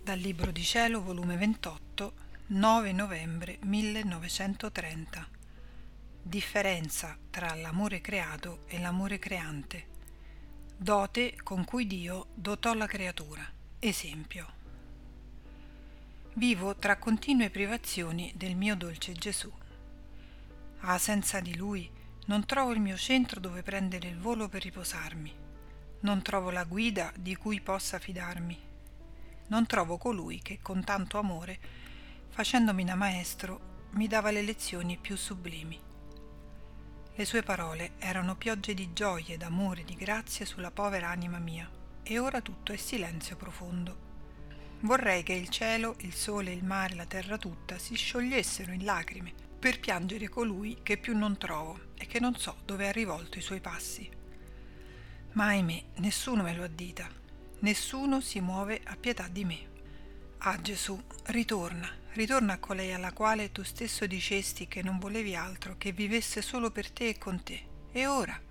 Dal Libro di Cielo, volume 28, 9 novembre 1930. Differenza tra l'amore creato e l'amore creante. Dote con cui Dio dotò la creatura. Esempio. Vivo tra continue privazioni del mio dolce Gesù. Senza di Lui non trovo il mio centro dove prendere il volo per riposarmi. Non trovo la guida di cui possa fidarmi. Non trovo colui che con tanto amore, facendomi da maestro, mi dava le lezioni più sublimi. Le sue parole erano piogge di gioie, d'amore, di grazie sulla povera anima mia, e ora tutto è silenzio profondo. Vorrei che il cielo, il sole, il mare, la terra tutta si sciogliessero in lacrime per piangere colui che più non trovo e che non so dove ha rivolto i suoi passi. Ma ahimè, nessuno me lo addita. Nessuno si muove a pietà di me. Ah Gesù, ritorna a colei alla quale tu stesso dicesti che non volevi altro che vivesse solo per te e con te. E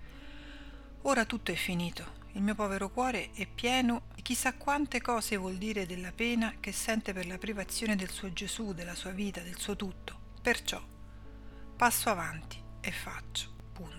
ora tutto è finito. Il mio povero cuore è pieno e chissà quante cose vuol dire della pena che sente per la privazione del suo Gesù, della sua vita, del suo tutto. Perciò passo avanti e faccio.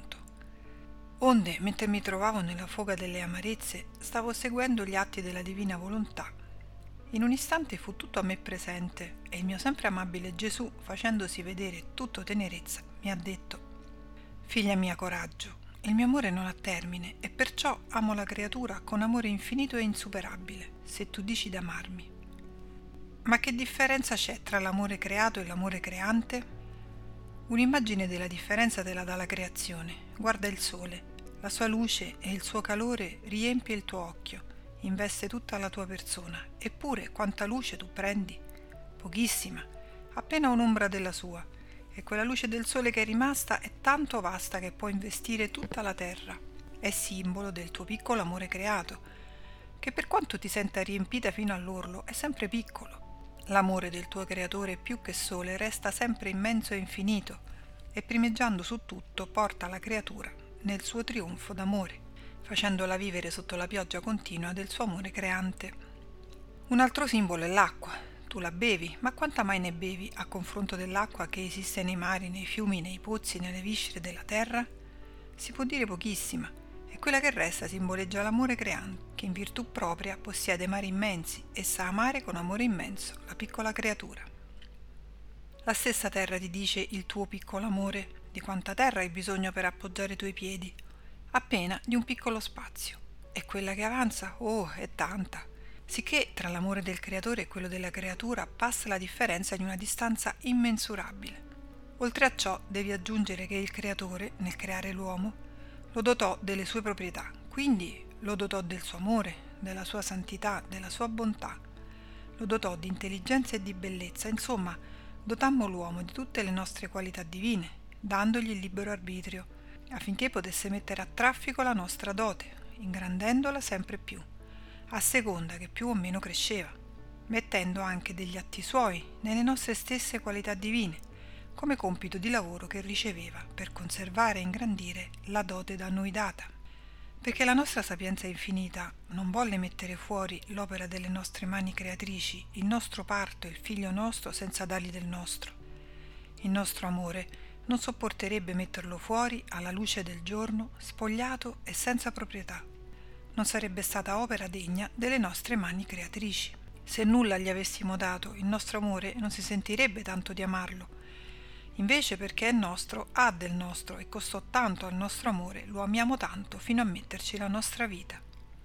Onde, mentre mi trovavo nella foga delle amarezze, stavo seguendo gli atti della divina volontà. In un istante fu tutto a me presente e il mio sempre amabile Gesù, facendosi vedere tutto tenerezza, mi ha detto: «Figlia mia, coraggio, il mio amore non ha termine e perciò amo la creatura con amore infinito e insuperabile, se tu dici d'amarmi». Ma che differenza c'è tra l'amore creato e l'amore creante? Un'immagine della differenza te la dà la creazione. Guarda il sole. La sua luce e il suo calore riempie il tuo occhio, investe tutta la tua persona. Eppure quanta luce tu prendi? Pochissima, appena un'ombra della sua. E quella luce del sole che è rimasta è tanto vasta che può investire tutta la terra. È simbolo del tuo piccolo amore creato, che per quanto ti senta riempita fino all'orlo è sempre piccolo. L'amore del tuo creatore più che sole resta sempre immenso e infinito e primeggiando su tutto porta la creatura nel suo trionfo d'amore, facendola vivere sotto la pioggia continua del suo amore creante. Un altro simbolo è l'acqua. Tu la bevi, ma quanta mai ne bevi a confronto dell'acqua che esiste nei mari, nei fiumi, nei pozzi, nelle viscere della terra? Si può dire pochissima. E quella che resta simboleggia l'amore creante, che in virtù propria possiede mari immensi e sa amare con amore immenso la piccola creatura. La stessa terra ti dice il tuo piccolo amore, di quanta terra hai bisogno per appoggiare i tuoi piedi? Appena di un piccolo spazio. E quella che avanza, oh, è tanta. Sicché tra l'amore del creatore e quello della creatura passa la differenza di una distanza immensurabile. Oltre a ciò devi aggiungere che il creatore, nel creare l'uomo, lo dotò delle sue proprietà, quindi lo dotò del suo amore, della sua santità, della sua bontà, lo dotò di intelligenza e di bellezza, insomma, dotammo l'uomo di tutte le nostre qualità divine, dandogli il libero arbitrio, affinché potesse mettere a traffico la nostra dote, ingrandendola sempre più, a seconda che più o meno cresceva, mettendo anche degli atti suoi nelle nostre stesse qualità divine, come compito di lavoro che riceveva per conservare e ingrandire la dote da noi data. Perché la nostra sapienza infinita non volle mettere fuori l'opera delle nostre mani creatrici, il nostro parto, il figlio nostro, senza dargli del nostro. Il nostro amore non sopporterebbe metterlo fuori alla luce del giorno, spogliato e senza proprietà. Non sarebbe stata opera degna delle nostre mani creatrici. Se nulla gli avessimo dato, il nostro amore non si sentirebbe tanto di amarlo. Invece, perché è nostro, ha del nostro e costò tanto al nostro amore, lo amiamo tanto fino a metterci la nostra vita.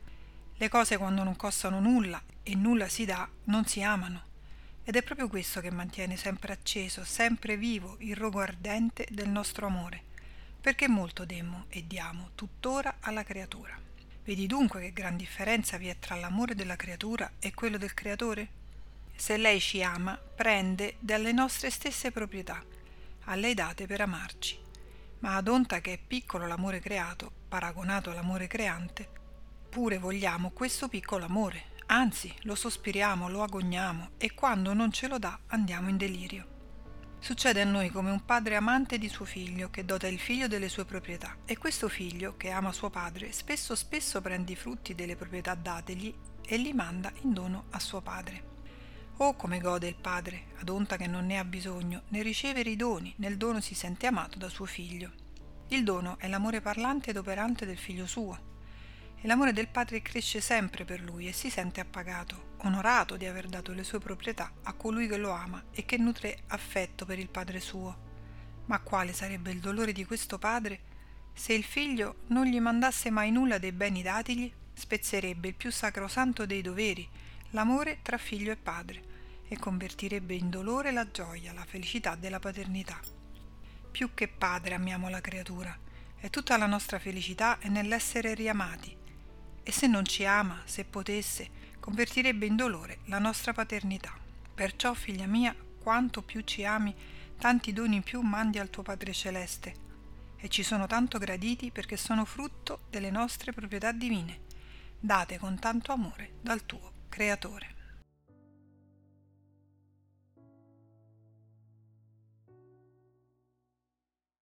Le cose quando non costano nulla e nulla si dà, non si amano. Ed è proprio questo che mantiene sempre acceso, sempre vivo il rogo ardente del nostro amore, perché molto demmo e diamo tuttora alla creatura. Vedi dunque che gran differenza vi è tra l'amore della creatura e quello del creatore? Se lei ci ama, prende dalle nostre stesse proprietà, a lei date per amarci, ma ad onta che è piccolo l'amore creato, paragonato all'amore creante, pure vogliamo questo piccolo amore, anzi lo sospiriamo, lo agogniamo e quando non ce lo dà andiamo in delirio. Succede a noi come un padre amante di suo figlio che dota il figlio delle sue proprietà e questo figlio che ama suo padre spesso prende i frutti delle proprietà dategli e li manda in dono a suo padre. Oh, come gode il padre, ad onta che non ne ha bisogno, nel ricevere i doni, nel dono si sente amato da suo figlio. Il dono è l'amore parlante ed operante del figlio suo. E l'amore del padre cresce sempre per lui e si sente appagato, onorato di aver dato le sue proprietà a colui che lo ama e che nutre affetto per il padre suo. Ma quale sarebbe il dolore di questo padre se il figlio non gli mandasse mai nulla dei beni datigli? Spezzerebbe il più sacrosanto dei doveri, l'amore tra figlio e padre, e convertirebbe in dolore la gioia, la felicità della paternità. Più che padre amiamo la creatura, e tutta la nostra felicità è nell'essere riamati. E se non ci ama, se potesse, convertirebbe in dolore la nostra paternità. Perciò, figlia mia, quanto più ci ami, tanti doni in più mandi al tuo Padre Celeste, e ci sono tanto graditi perché sono frutto delle nostre proprietà divine, date con tanto amore dal tuo Creatore.